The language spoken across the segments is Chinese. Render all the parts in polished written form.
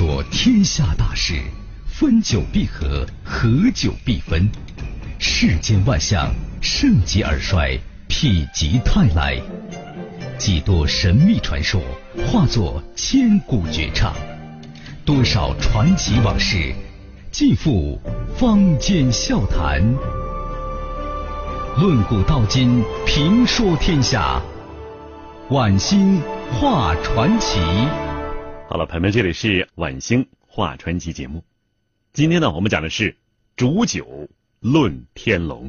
说天下大事，分久必合，合久必分。世间万象，盛极而衰，否极泰来。几多神秘传说化作千古绝唱，多少传奇往事尽付坊间笑谈。论古道今，评说天下，晚星话传奇。 好了，朋友们，这里是晚星话传奇节目。今天呢，我们讲的是煮酒论天龙。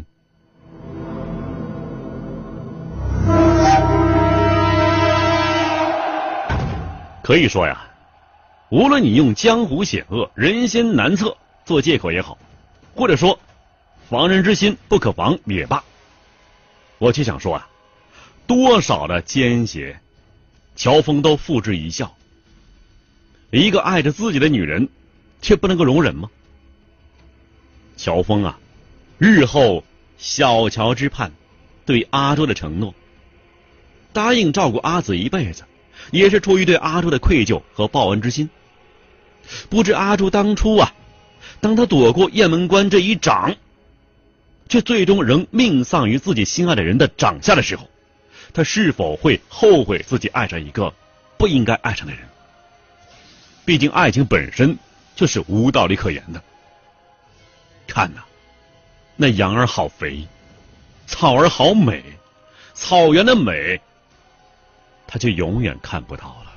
可以说呀，无论你用江湖险恶、人心难测做借口也好，或者说防人之心不可防也罢，我却想说啊，多少的奸邪，乔峰都付之一笑。一个爱着自己的女人，却不能够容忍吗？乔峰啊，日后小乔之畔对阿周的承诺，答应照顾阿紫一辈子，也是出于对阿周的愧疚和报恩之心。不知阿周当初啊，当他躲过雁门关这一掌，却最终仍命丧于自己心爱的人的掌下的时候，他是否会后悔自己爱上一个不应该爱上的人？毕竟爱情本身就是无道理可言的。看呐，那羊儿好肥，草儿好美，草原的美他就永远看不到了。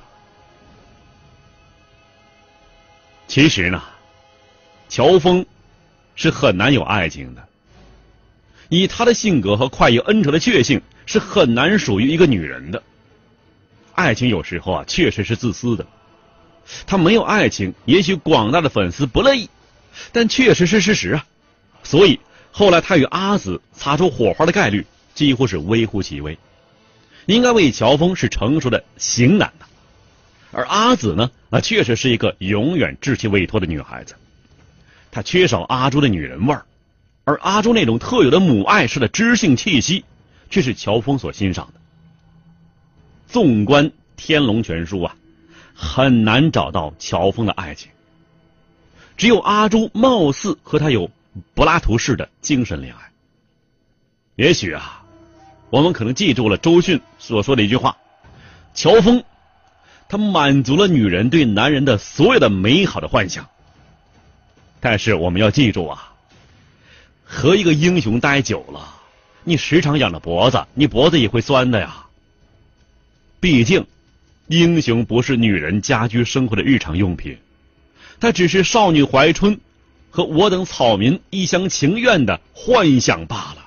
其实呢，乔峰是很难有爱情的，以他的性格和快意恩仇的血性，是很难属于一个女人的。爱情有时候啊，确实是自私的。他没有爱情，也许广大的粉丝不乐意，但确实是事实啊。所以后来他与阿紫擦出火花的概率几乎是微乎其微。应该为乔峰是成熟的型男的，而阿紫呢，确实是一个永远稚气未脱的女孩子。她缺少阿朱的女人味儿，而阿朱那种特有的母爱式的知性气息，却是乔峰所欣赏的。纵观天龙全书啊，很难找到乔峰的爱情，只有阿朱貌似和他有柏拉图式的精神恋爱。也许啊，我们可能记住了周迅所说的一句话，乔峰他满足了女人对男人的所有的美好的幻想。但是我们要记住啊，和一个英雄待久了，你时常仰着脖子，你脖子也会酸的呀。毕竟英雄不是女人家居生活的日常用品，它只是少女怀春和我等草民一厢情愿的幻想罢了。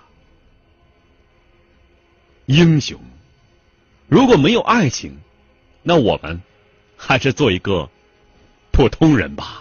英雄如果没有爱情，那我们还是做一个普通人吧。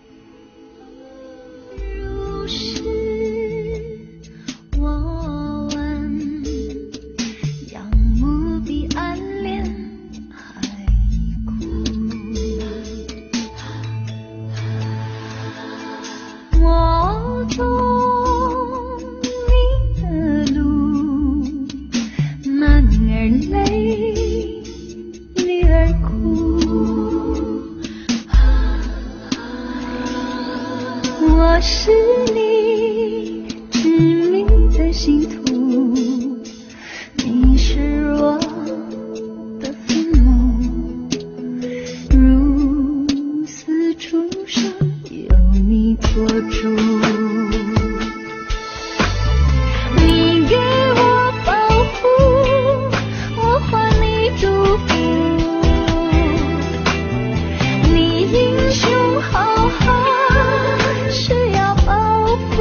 我是你致命的信徒，你是我的坟墓，如此出生由你做主。你给我保护，我还你祝福，你英雄好汉是要报复。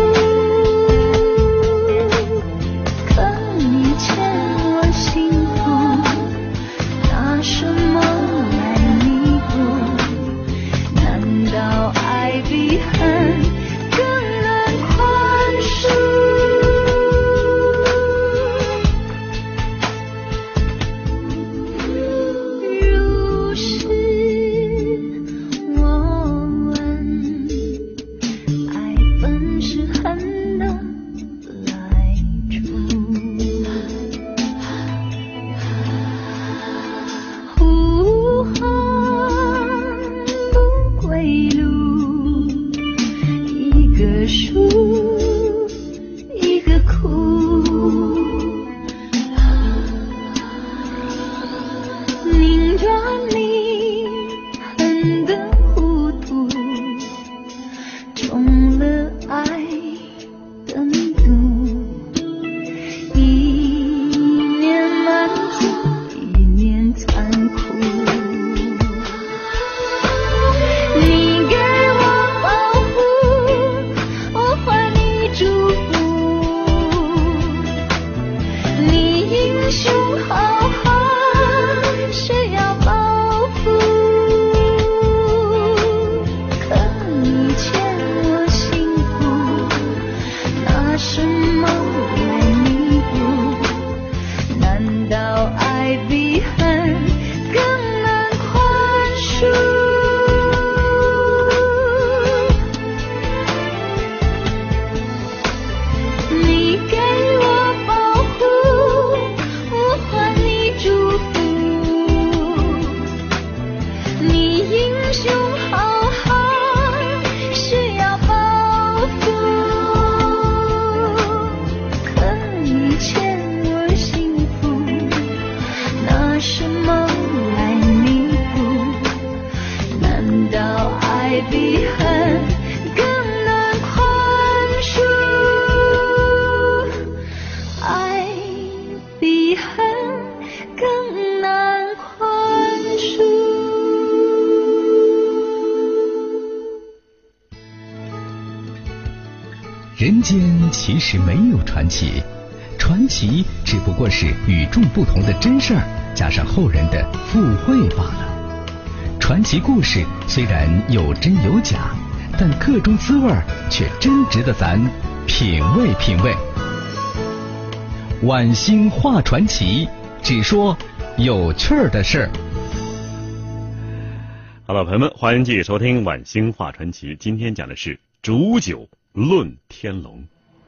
人间其实没有传奇，传奇只不过是与众不同的真事儿加上后人的附会罢了。传奇故事虽然有真有假，但各种滋味却真值得咱品味品味。晚星话传奇，只说有趣儿的事儿。 好了，朋友们，欢迎继续收听晚星话传奇。今天讲的是煮酒论天龙。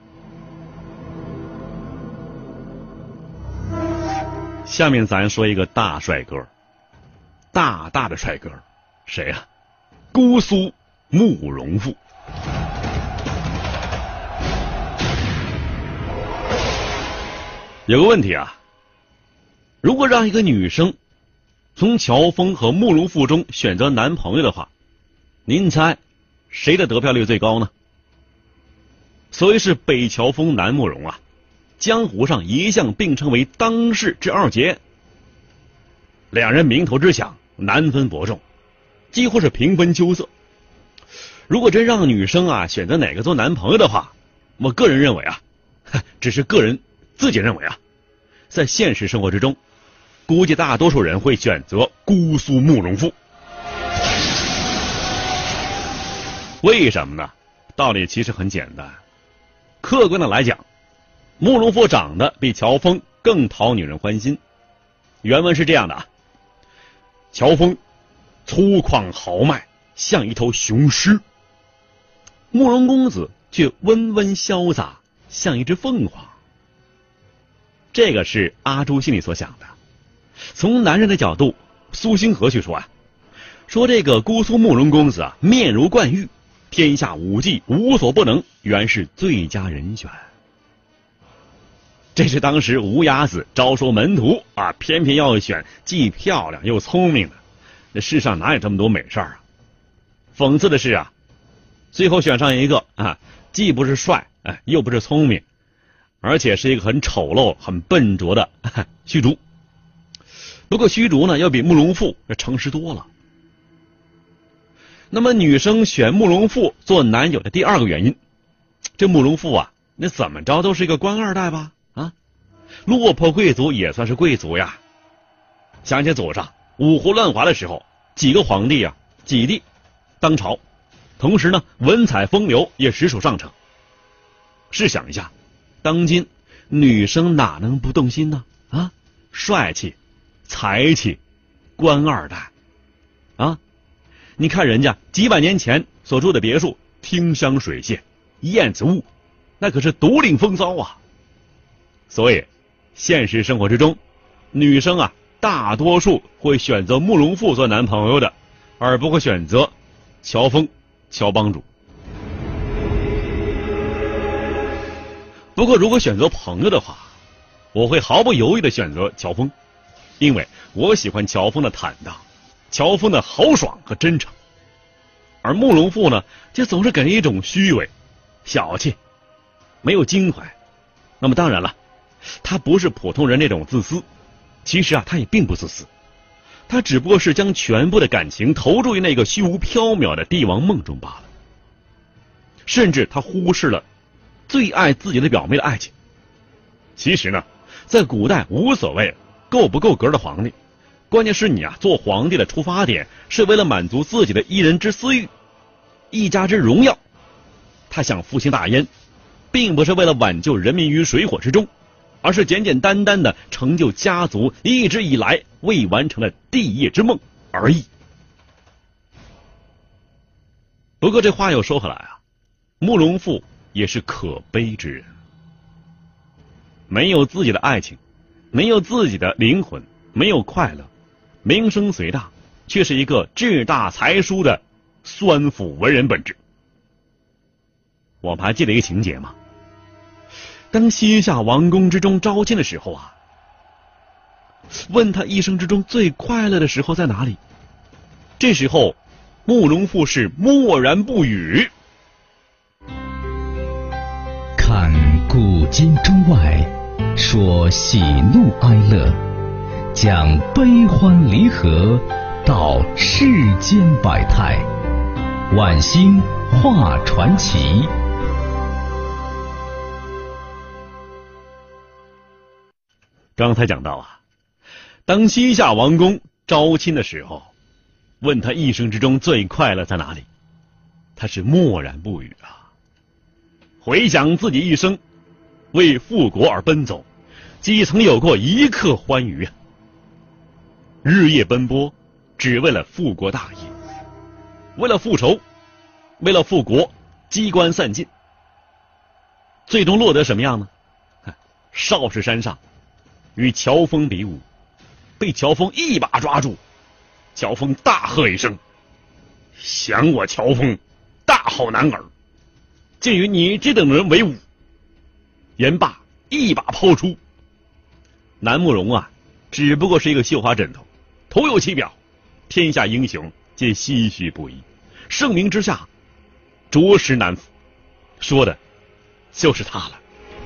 下面咱说一个大帅哥，大的帅哥，谁啊？姑苏慕容复。有个问题啊，如果让一个女生从乔峰和慕容复中选择男朋友的话，您猜谁的得票率最高呢？所谓是北乔峰南慕容啊，江湖上一向并称为当世之二杰，两人名头之响，难分伯仲，几乎是平分秋色。如果真让女生啊选择哪个做男朋友的话，我个人认为啊，只是个人自己认为啊，在现实生活之中，估计大多数人会选择姑苏慕容复。为什么呢？道理其实很简单，客观的来讲，慕容复长得比乔峰更讨女人欢心。原文是这样的啊，乔峰粗犷豪迈，像一头雄狮，慕容公子却温文潇洒，像一只凤凰。这个是阿朱心里所想的。从男人的角度，苏星河去说啊，说这个姑苏慕容公子啊，面如冠玉，天下武技无所不能，原是最佳人选。这是当时无崖子招收门徒啊，偏偏要选既漂亮又聪明的，这世上哪有这么多美事儿啊？讽刺的是啊，最后选上一个啊，既不是帅，又不是聪明，而且是一个很丑陋、很笨拙的虚竹。不过虚竹呢，要比慕容复诚实多了。那么女生选慕容复做男友的第二个原因，这慕容复啊，那怎么着都是一个官二代吧？啊，落魄贵族也算是贵族呀。想起祖上五胡乱华的时候，几个皇帝啊，几帝当朝，同时呢，文采风流也实属上乘。试想一下，当今女生哪能不动心呢？啊，帅气、才气、官二代，啊，你看人家几百年前所住的别墅，汀香水榭，燕子坞，那可是独领风骚啊。所以，现实生活之中，女生啊，大多数会选择慕容复做男朋友的，而不会选择乔峰、乔帮主。不过如果选择朋友的话，我会毫不犹豫地选择乔峰，因为我喜欢乔峰的坦荡，乔峰的豪爽和真诚。而慕容复呢，就总是给人一种虚伪、小气，没有襟怀。那么当然了，他不是普通人那种自私，其实啊，他也并不自私，他只不过是将全部的感情投注于那个虚无缥缈的帝王梦中罢了。甚至他忽视了最爱自己的表妹的爱情。其实呢，在古代无所谓够不够格的皇帝，关键是你啊，做皇帝的出发点是为了满足自己的一人之私欲，一家之荣耀。他想复兴大燕，并不是为了挽救人民于水火之中，而是简简单单的成就家族一直以来未完成的帝业之梦而已。不过这话又说回来啊，慕容复也是可悲之人，没有自己的爱情，没有自己的灵魂，没有快乐，名声虽大，却是一个志大才疏的酸腐文人本质。我们还记得一个情节吗？当西夏王宫之中招亲的时候啊，问他一生之中最快乐的时候在哪里？这时候慕容复是默然不语。 看古今中外，说喜怒哀乐，讲悲欢离合，道世间百态，晚星话传奇。 刚才讲到啊，当西夏王公招亲的时候，问他一生之中最快乐在哪里，他是默然不语啊。回想自己一生为复国而奔走，几曾有过一刻欢愉啊？日夜奔波，只为了复国大业，为了复仇，为了复国，机关散尽，最终落得什么样呢？少室山上与乔峰比武，被乔峰一把抓住，乔峰大喝一声：“想我乔峰，大好男儿，竟与你这等人为伍！”言罢，一把抛出。南慕容啊，只不过是一个绣花枕头，徒有其表，天下英雄皆唏嘘不已，盛名之下，着实难服。说的就是他了。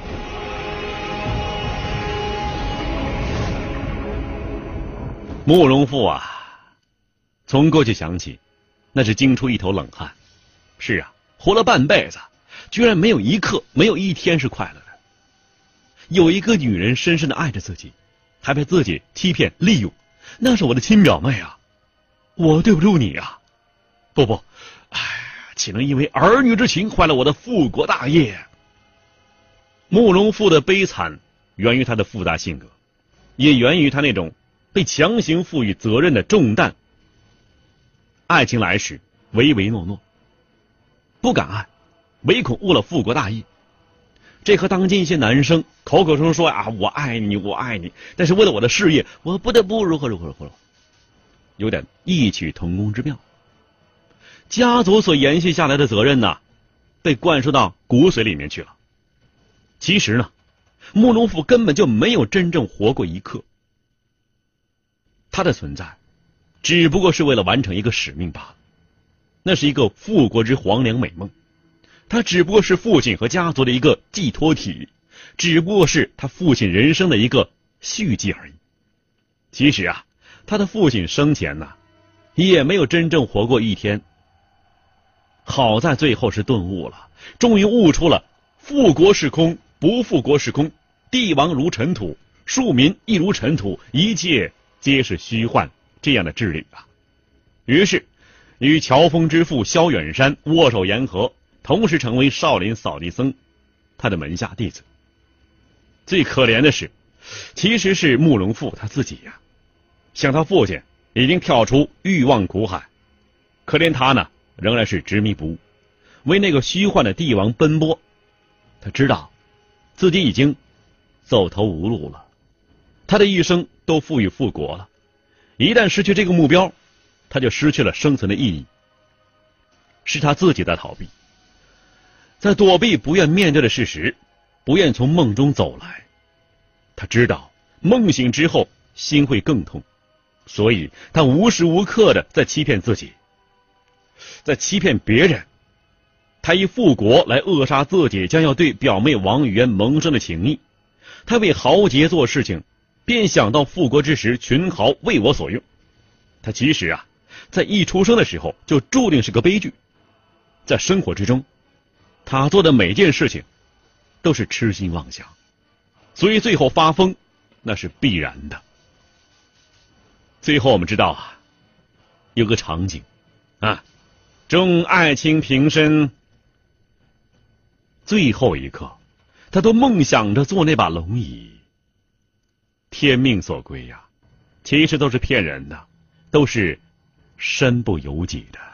慕容复啊，从过去想起，那是惊出一头冷汗。是啊，活了半辈子，居然没有一刻，没有一天是快乐的。有一个女人深深的爱着自己，还被自己欺骗利用，那是我的亲表妹啊，我对不住你啊！不，岂能因为儿女之情坏了我的复国大业？慕容复的悲惨源于他的复杂性格，也源于他那种被强行赋予责任的重担。爱情来时唯唯诺诺，不敢爱，唯恐误了复国大业。这和当今一些男生口口声声说啊，我爱你，我爱你，但是为了我的事业，我不得不如何，有点异曲同工之妙。家族所延续下来的责任呢，被灌输到骨髓里面去了。其实呢，慕容复根本就没有真正活过一刻，他的存在只不过是为了完成一个使命罢了。那是一个复国之黄粱美梦，他只不过是父亲和家族的一个寄托体，只不过是他父亲人生的一个续集而已。其实啊，他的父亲生前呢，也没有真正活过一天。好在最后是顿悟了，终于悟出了复国是空，不复国是空，帝王如尘土，庶民亦如尘土，一切皆是虚幻，这样的智理啊。于是与乔峰之父萧远山握手言和，同时成为少林扫地僧他的门下弟子。最可怜的是，其实是慕容复他自己呀。想他父亲已经跳出欲望苦海，可怜他呢，仍然是执迷不悟，为那个虚幻的帝王奔波。他知道自己已经走投无路了，他的一生都赋予复国了，一旦失去这个目标，他就失去了生存的意义。是他自己在逃避，在躲避不愿面对的事实，不愿从梦中走来。他知道梦醒之后心会更痛，所以他无时无刻的在欺骗自己，在欺骗别人。他以复国来扼杀自己将要对表妹王语嫣萌生的情谊。他为豪杰做事情，便想到复国之时群豪为我所用。他其实啊，在一出生的时候就注定是个悲剧。在生活之中，他做的每件事情都是痴心妄想，所以最后发疯那是必然的。最后我们知道啊，有个场景啊，众爱卿平身，最后一刻他都梦想着坐那把龙椅。天命所归呀，其实都是骗人的，都是身不由己的。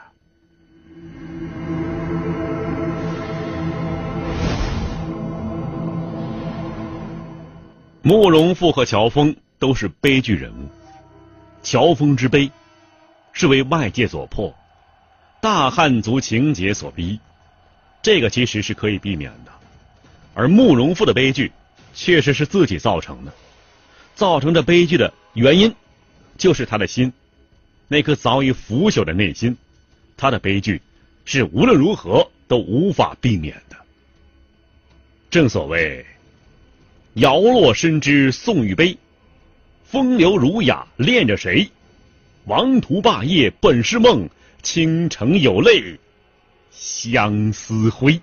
慕容复和乔峰都是悲剧人物，乔峰之悲是为外界所迫，大汉族情节所逼，这个其实是可以避免的。而慕容复的悲剧确实是自己造成的，造成这悲剧的原因就是他的心，那颗早已腐朽的内心，他的悲剧是无论如何都无法避免的。正所谓摇落深知宋玉悲，风流儒雅恋着谁？王图霸业本是梦，倾城有泪相思灰。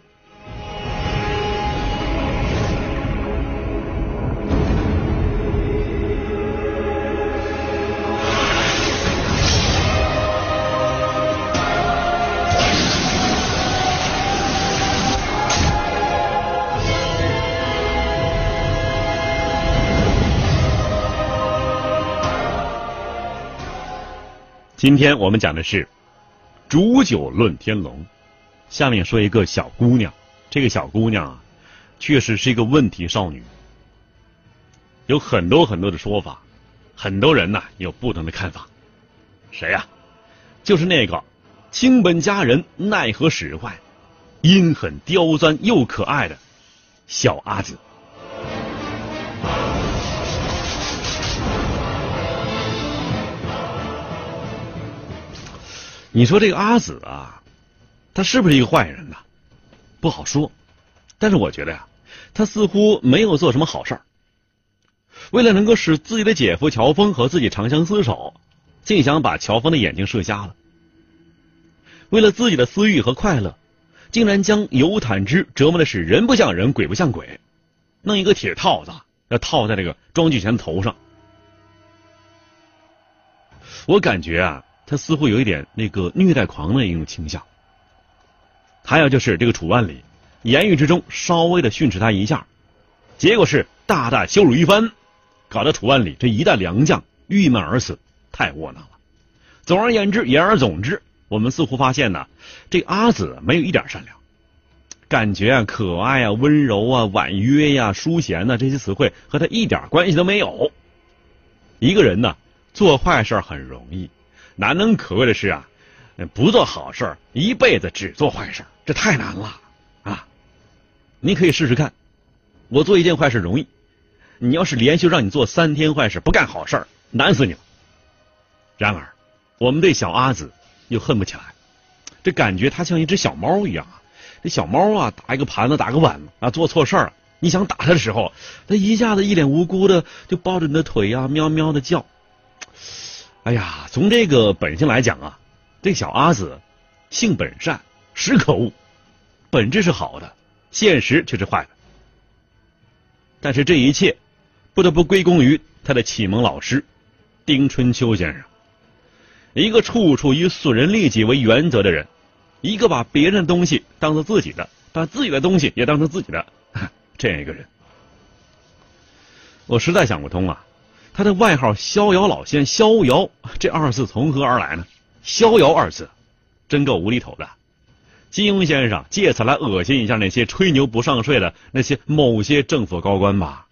今天我们讲的是煮酒论天龙。下面说一个小姑娘，这个小姑娘啊，确实是一个问题少女，有很多的说法，很多人呢有不同的看法。谁呀？就是那个清本佳人奈何使坏，阴狠刁钻又可爱的小阿紫。你说这个阿紫啊，他是不是一个坏人呢？不好说，但是我觉得呀，他似乎没有做什么好事儿。为了能够使自己的姐夫乔峰和自己长相厮守，竟想把乔峰的眼睛射瞎了。为了自己的私欲和快乐，竟然将尤坦之折磨的是人不像人鬼不像鬼，弄一个铁套子要套在这个庄聚贤的头上。我感觉啊，他似乎有一点那个虐待狂的一种倾向。还有就是这个楚万里言语之中稍微的训斥他一下，结果是大大羞辱一番，搞得楚万里这一代良将郁闷而死，太窝囊了。总而言之，言而总之，我们似乎发现呢，这阿紫没有一点善良，感觉啊可爱啊温柔啊婉约呀淑贤呐，这些词汇和他一点关系都没有。一个人呢做坏事很容易，难能可贵的是啊，不做好事一辈子只做坏事，这太难了啊！你可以试试看，我做一件坏事容易，你要是连续让你做3天坏事不干好事，难死你了。然而我们对小阿紫又恨不起来，这感觉他像一只小猫一样啊！这小猫啊，打一个盘子打个碗啊，做错事儿，你想打他的时候，他一下子一脸无辜的就抱着你的腿啊，喵喵的叫。哎呀，从这个本性来讲啊，这小阿紫性本善，实可恶，本质是好的，现实却是坏的。但是这一切不得不归功于他的启蒙老师丁春秋先生，一个处处以损人利己为原则的人，一个把别人的东西当做自己的，把自己的东西也当成自己的这样一个人。我实在想不通啊，他的外号逍遥老仙，逍遥这2字从何而来呢？逍遥2字真够无厘头的。金庸先生借此来恶心一下那些吹牛不上税的那些某些政府高官吧。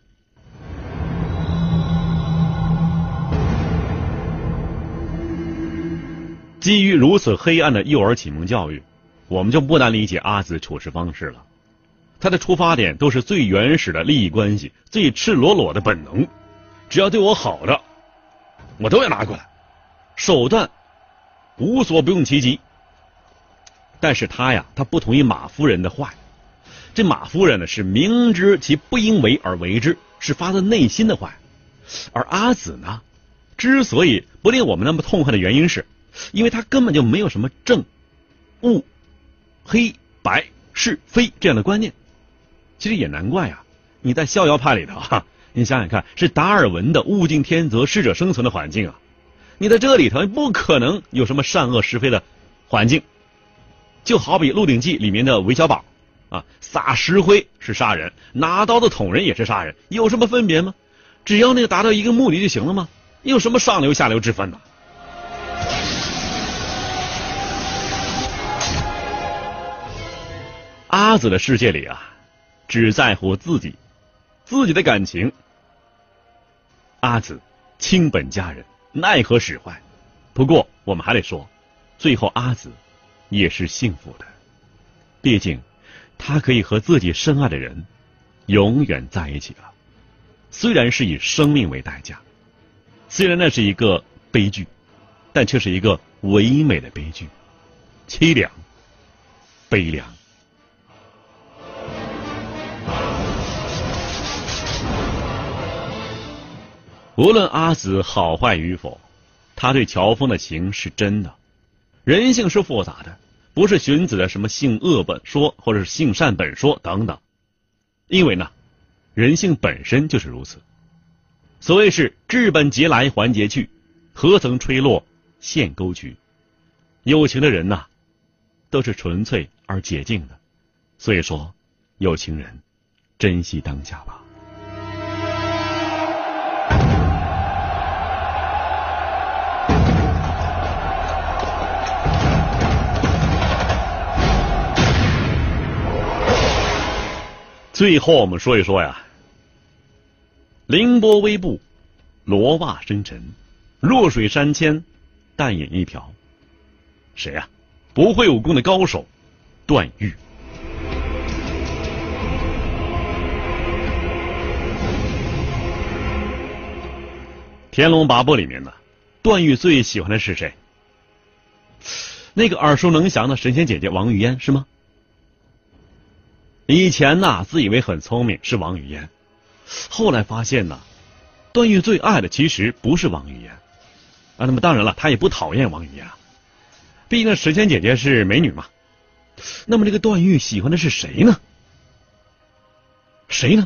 基于如此黑暗的幼儿启蒙教育，我们就不难理解阿紫处事方式了。他的出发点都是最原始的利益关系，最赤裸裸的本能，只要对我好的我都要拿过来，手段无所不用其极。但是他不同于马夫人的坏，这马夫人呢是明知其不应为而为之，是发自内心的坏。而阿紫呢，之所以不令我们那么痛恨的原因是，因为他根本就没有什么正、误、黑、白、是非这样的观念。其实也难怪啊，你在逍遥派里头你想想看，是达尔文的物竞天择适者生存的环境啊，你在这里头不可能有什么善恶是非的环境。就好比《鹿鼎记》里面的韦小宝啊，撒石灰是杀人，拿刀子捅人也是杀人，有什么分别吗？只要那个达到一个目的就行了吗？有什么上流下流之分呢？阿紫的世界里啊，只在乎自己的感情。阿紫清本佳人，奈何使坏。不过我们还得说，最后阿紫也是幸福的，毕竟她可以和自己深爱的人永远在一起了。虽然是以生命为代价，虽然那是一个悲剧，但却是一个唯美的悲剧，凄凉悲凉。无论阿紫好坏与否，他对乔峰的情是真的。人性是复杂的，不是荀子的什么性恶本说或者是性善本说等等，因为呢，人性本身就是如此。所谓是至本节来还节去，何曾吹落线沟渠。有情的人呐，都是纯粹而洁净的。所以说，有情人珍惜当下吧。 最后我们说一说呀，凌波微步，罗袜深沉，弱水三千，淡饮一瓢。谁呀？不会武功的高手段誉。天龙八部里面呢，段誉最喜欢的是谁？那个耳熟能详的神仙姐姐王语嫣是吗？以前呢，自以为很聪明，是王语嫣。后来发现呢，段誉最爱的其实不是王语嫣啊。那么当然了，他也不讨厌王语嫣啊，毕竟神仙姐姐是美女嘛。那么这个段誉喜欢的是谁呢？谁呢？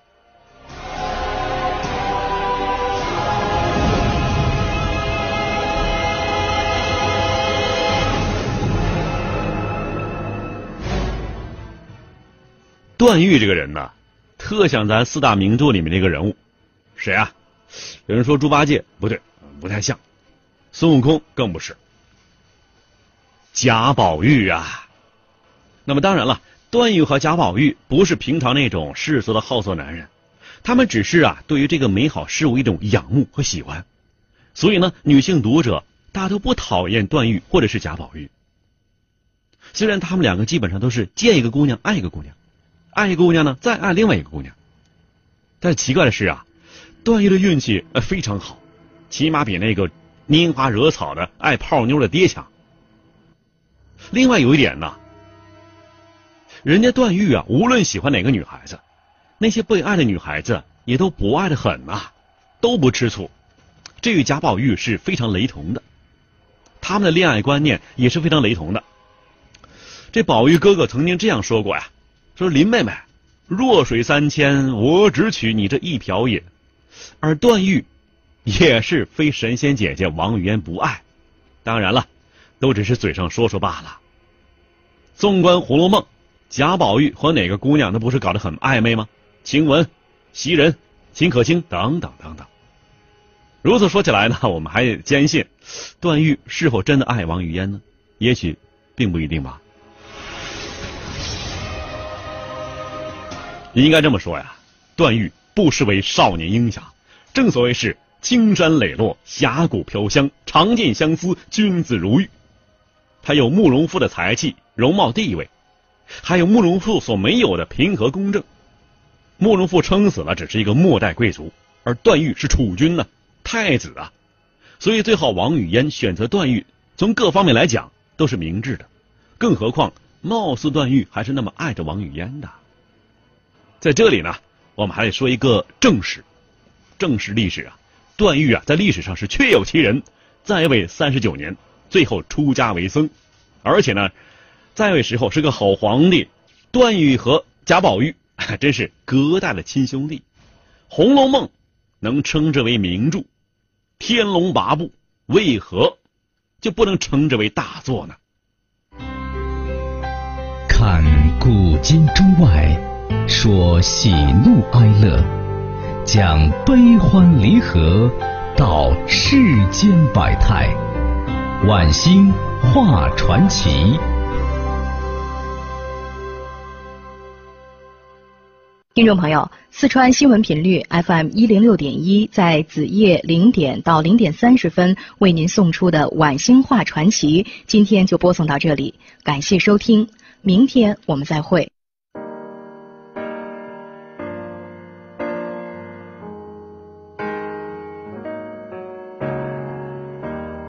段誉这个人呢，特像咱四大名著里面这个人物。谁啊？有人说猪八戒，不对，不太像。孙悟空更不是。贾宝玉啊。那么当然了，段誉和贾宝玉不是平常那种世俗的好色男人，他们只是对于这个美好事物一种仰慕和喜欢。所以呢，女性读者大家都不讨厌段誉或者是贾宝玉。虽然他们两个基本上都是见一个姑娘爱一个姑娘，爱一个姑娘呢再爱另外一个姑娘。但是奇怪的是段誉的运气非常好，起码比那个拈花惹草的爱泡妞的爹强。另外有一点呢，人家段誉无论喜欢哪个女孩子，那些被爱的女孩子也都不爱得很都不吃醋。这与贾宝玉是非常雷同的，他们的恋爱观念也是非常雷同的。这宝玉哥哥曾经这样说过说林妹妹，弱水三千，我只取你这一瓢饮。而段誉也是非神仙姐姐王语嫣不爱，当然了，都只是嘴上说说罢了。纵观《红楼梦》，贾宝玉和哪个姑娘那不是搞得很暧昧吗？晴雯、袭人、秦可卿等等等等。如此说起来呢，我们还坚信段誉是否真的爱王语嫣呢？也许并不一定吧。应该这么说段誉不失为少年英侠，正所谓是青山磊落，侠骨飘香，长剑相思，君子如玉。他有慕容复的才气、容貌、地位，还有慕容复所没有的平和公正。慕容复撑死了只是一个末代贵族，而段誉是储君太子所以最好王语嫣选择段誉，从各方面来讲都是明智的。更何况貌似段誉还是那么爱着王语嫣的。在这里呢，我们还得说一个正史历史段誉在历史上是确有其人，在位39年，最后出家为僧，而且呢，在位时候是个好皇帝。段誉和贾宝玉真是隔代的亲兄弟。《红楼梦》能称之为名著，《天龙八部》为何就不能称之为大作呢？ 看古今中外，说喜怒哀乐，讲悲欢离合，道世间百态，晚星画传奇。 听众朋友，四川新闻频率 FM106.1在子夜0点到0点30分为您送出的晚星画传奇，今天就播送到这里，感谢收听，明天我们再会。